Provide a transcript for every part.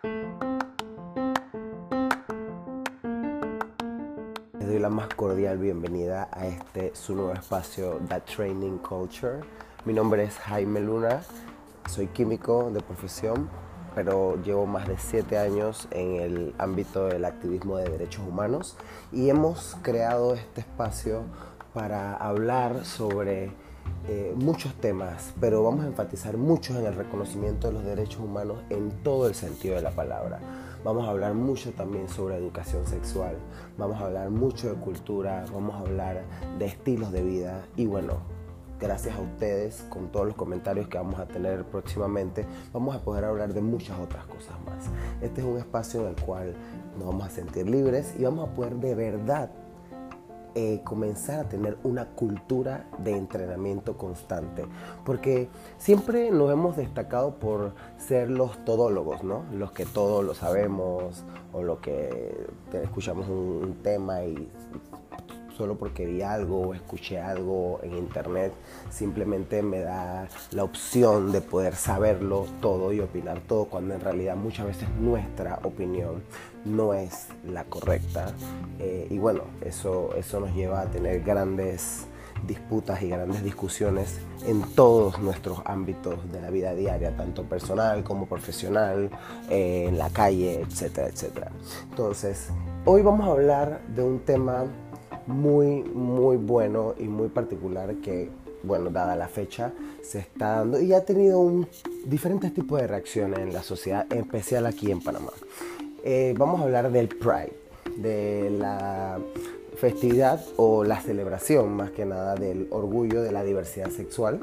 Les doy la más cordial bienvenida a su nuevo espacio, That Training Culture. Mi nombre es Jaime Luna, soy químico de profesión, pero llevo más de 7 años en el ámbito del activismo de derechos humanos y hemos creado este espacio para hablar sobre muchos temas, pero vamos a enfatizar mucho en el reconocimiento de los derechos humanos en todo el sentido de la palabra. Vamos a hablar mucho también sobre educación sexual, vamos a hablar mucho de cultura, vamos a hablar de estilos de vida y bueno, gracias a ustedes, con todos los comentarios que vamos a tener próximamente, vamos a poder hablar de muchas otras cosas más. Este es un espacio en el cual nos vamos a sentir libres y vamos a poder de verdad comenzar a tener una cultura de entrenamiento constante, porque siempre nos hemos destacado por ser los todólogos, ¿no? Los que todo lo sabemos o lo que escuchamos un tema y solo porque vi algo o escuché algo en internet simplemente me da la opción de poder saberlo todo y opinar todo, cuando en realidad muchas veces nuestra opinión no es la correcta y bueno, eso nos lleva a tener grandes disputas y grandes discusiones en todos nuestros ámbitos de la vida diaria, tanto personal como profesional, en la calle, etcétera, etcétera. Entonces, hoy vamos a hablar de un tema muy bueno y muy particular que, bueno, dada la fecha, se está dando y ha tenido diferentes tipos de reacciones en la sociedad, en especial aquí en Panamá. Vamos a hablar del Pride, de la festividad o la celebración, más que nada, del orgullo de la diversidad sexual,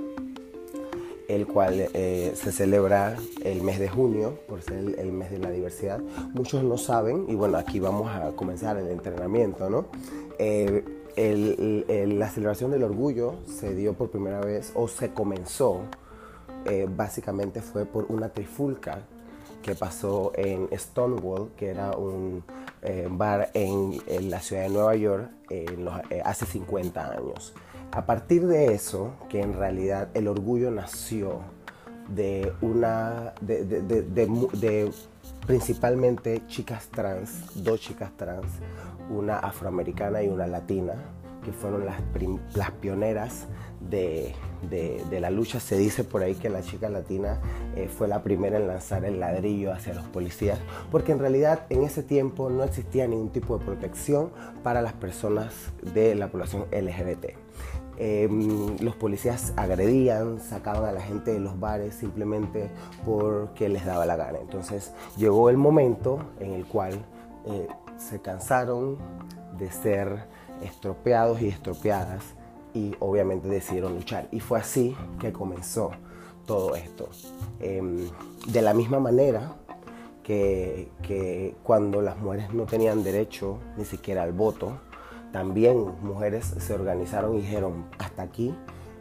el cual se celebra el mes de junio, por ser el mes de la diversidad. Muchos no saben, y bueno, aquí vamos a comenzar el entrenamiento, ¿no? La celebración del orgullo se dio por primera vez, o se comenzó, básicamente fue por una trifulca que pasó en Stonewall, que era un bar en la ciudad de Nueva York hace 50 años. A partir de eso, que en realidad el orgullo nació de principalmente chicas trans, 2 chicas trans, una afroamericana y una latina, que fueron las pioneras de la lucha. Se dice por ahí que la chica latina fue la primera en lanzar el ladrillo hacia los policías, porque en realidad en ese tiempo no existía ningún tipo de protección para las personas de la población LGBT. Los policías agredían, sacaban a la gente de los bares simplemente porque les daba la gana. Entonces llegó el momento en el cual se cansaron de ser estropeados y estropeadas y obviamente decidieron luchar, y fue así que comenzó todo esto. De la misma manera que cuando las mujeres no tenían derecho ni siquiera al voto, también mujeres se organizaron y dijeron hasta aquí.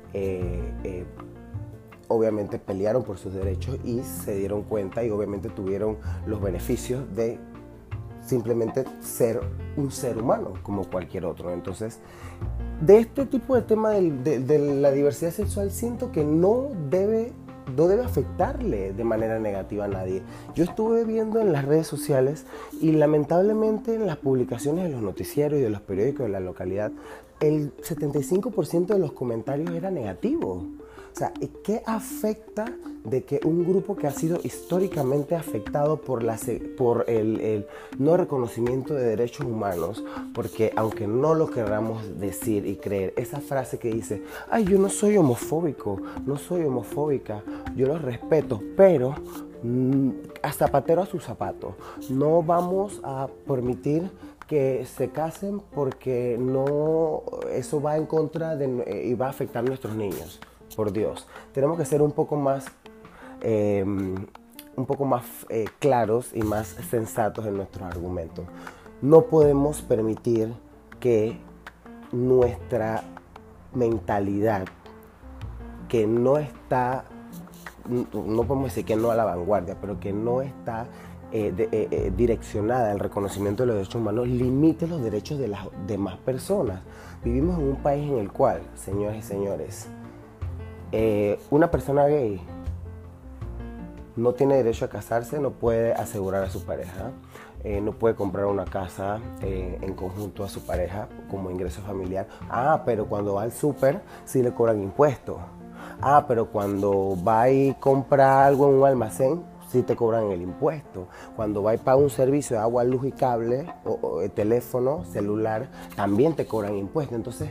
Obviamente pelearon por sus derechos y se dieron cuenta y obviamente tuvieron los beneficios de simplemente ser un ser humano como cualquier otro. Entonces, de este tipo de tema de la diversidad sexual, siento que no debe afectarle de manera negativa a nadie. Yo estuve viendo en las redes sociales y lamentablemente en las publicaciones de los noticieros y de los periódicos de la localidad, el 75% de los comentarios era negativo. O sea, ¿qué afecta de que un grupo que ha sido históricamente afectado por el no reconocimiento de derechos humanos? Porque aunque no lo queramos decir y creer, esa frase que dice, ay, yo no soy homofóbico, no soy homofóbica, yo los respeto, pero a zapatero a su zapato, no vamos a permitir que se casen porque no, eso va en contra y va a afectar a nuestros niños. Por Dios, tenemos que ser un poco más claros y más sensatos en nuestros argumentos. No podemos permitir que nuestra mentalidad, que no está, no podemos decir que no a la vanguardia, pero que no está direccionada al reconocimiento de los derechos humanos, limite los derechos de las demás personas. Vivimos en un país en el cual, señoras y señores, una persona gay no tiene derecho a casarse, no puede asegurar a su pareja, no puede comprar una casa en conjunto a su pareja como ingreso familiar. Pero cuando va al súper sí le cobran impuestos. Pero cuando va y compra algo en un almacén, sí te cobran el impuesto. Cuando va y paga un servicio de agua, luz y cable, o teléfono, celular, también te cobran impuestos. Entonces,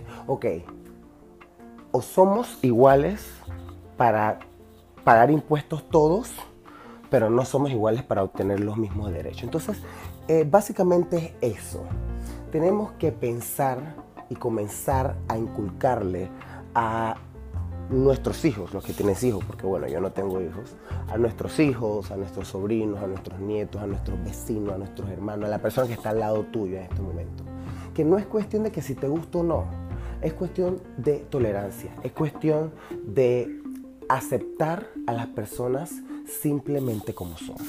o somos iguales para pagar impuestos todos, pero no somos iguales para obtener los mismos derechos. Entonces, básicamente es eso. Tenemos que pensar y comenzar a inculcarle a nuestros hijos, los que tienen hijos, porque bueno, yo no tengo hijos, a nuestros hijos, a nuestros sobrinos, a nuestros nietos, a nuestros vecinos, a nuestros hermanos, a la persona que está al lado tuyo en este momento. Que no es cuestión de que si te gusta o no, es cuestión de tolerancia, es cuestión de aceptar a las personas simplemente como son.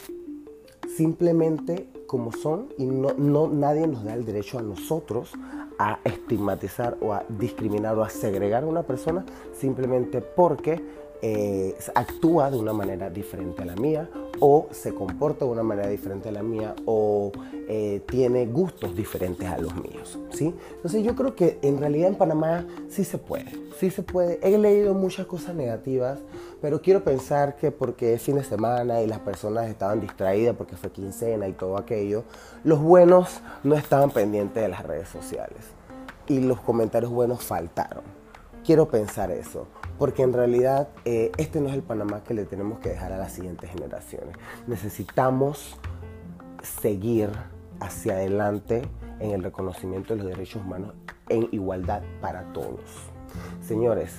Simplemente como son, y nadie nos da el derecho a nosotros a estigmatizar o a discriminar o a segregar a una persona simplemente porque actúa de una manera diferente a la mía, o se comporta de una manera diferente a la mía, o tiene gustos diferentes a los míos, ¿sí? Entonces yo creo que en realidad en Panamá sí se puede. He leído muchas cosas negativas, pero quiero pensar que porque es fin de semana y las personas estaban distraídas porque fue quincena y todo aquello, los buenos no estaban pendientes de las redes sociales y los comentarios buenos faltaron. Quiero pensar eso, porque en realidad este no es el Panamá que le tenemos que dejar a las siguientes generaciones. Necesitamos seguir hacia adelante en el reconocimiento de los derechos humanos en igualdad para todos. Señores,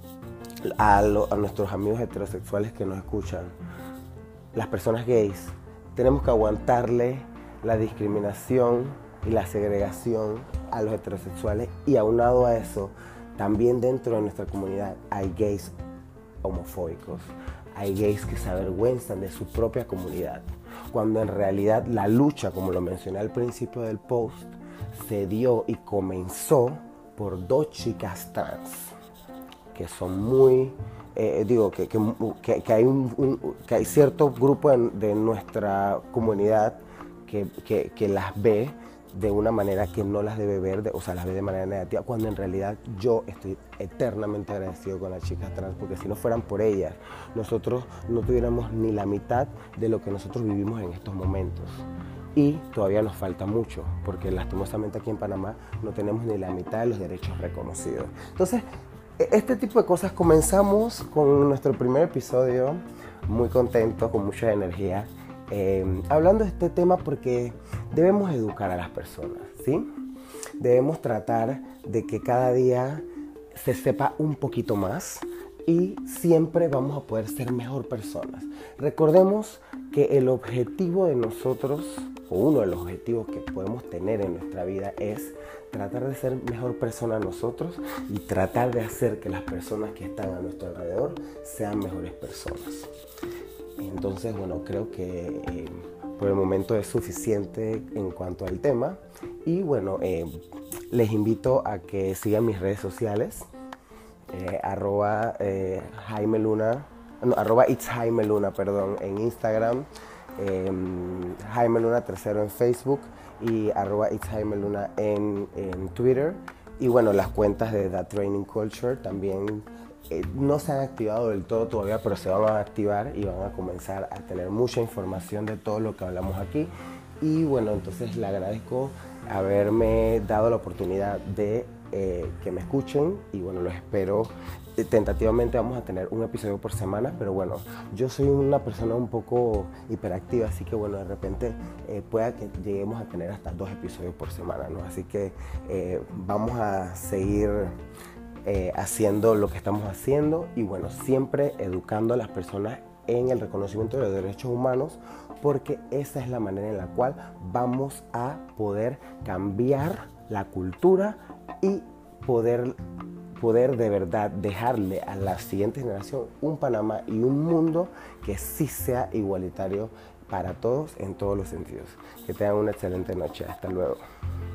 a nuestros amigos heterosexuales que nos escuchan, las personas gays, tenemos que aguantarle la discriminación y la segregación a los heterosexuales, y aunado a eso, también dentro de nuestra comunidad hay gays homofóbicos, hay gays que se avergüenzan de su propia comunidad, cuando en realidad la lucha, como lo mencioné al principio del post, se dio y comenzó por dos chicas trans que son muy, que hay cierto grupo de nuestra comunidad que las ve de una manera que no las debe ver, las ve de manera negativa, cuando en realidad yo estoy eternamente agradecido con las chicas trans, porque si no fueran por ellas, nosotros no tuviéramos ni la mitad de lo que nosotros vivimos en estos momentos. Y todavía nos falta mucho, porque lastimosamente aquí en Panamá no tenemos ni la mitad de los derechos reconocidos. Entonces, este tipo de cosas, comenzamos con nuestro primer episodio, muy contentos, con mucha energía, hablando de este tema porque debemos educar a las personas, ¿sí? Debemos tratar de que cada día se sepa un poquito más y siempre vamos a poder ser mejor personas. Recordemos que el objetivo de nosotros, o uno de los objetivos que podemos tener en nuestra vida, es tratar de ser mejor persona nosotros y tratar de hacer que las personas que están a nuestro alrededor sean mejores personas. Entonces, bueno, creo que por el momento es suficiente en cuanto al tema. Y bueno, les invito a que sigan mis redes sociales, Jaime Luna, @it's Jaime Luna, en Instagram, Jaime Luna tercero en Facebook y @it's Jaime Luna en Twitter. Y bueno, las cuentas de That Training Culture también no se han activado del todo todavía, pero se van a activar y van a comenzar a tener mucha información de todo lo que hablamos aquí. Y bueno, entonces le agradezco haberme dado la oportunidad de que me escuchen, y bueno, los espero. Tentativamente vamos a tener un episodio por semana, pero bueno, yo soy una persona un poco hiperactiva, así que bueno, de repente pueda que lleguemos a tener hasta 2 episodios por semana, ¿no? Así que vamos a seguir haciendo lo que estamos haciendo, y bueno, siempre educando a las personas en el reconocimiento de los derechos humanos, porque esa es la manera en la cual vamos a poder cambiar la cultura y poder de verdad dejarle a la siguiente generación un Panamá y un mundo que sí sea igualitario para todos en todos los sentidos. Que tengan una excelente noche. Hasta luego.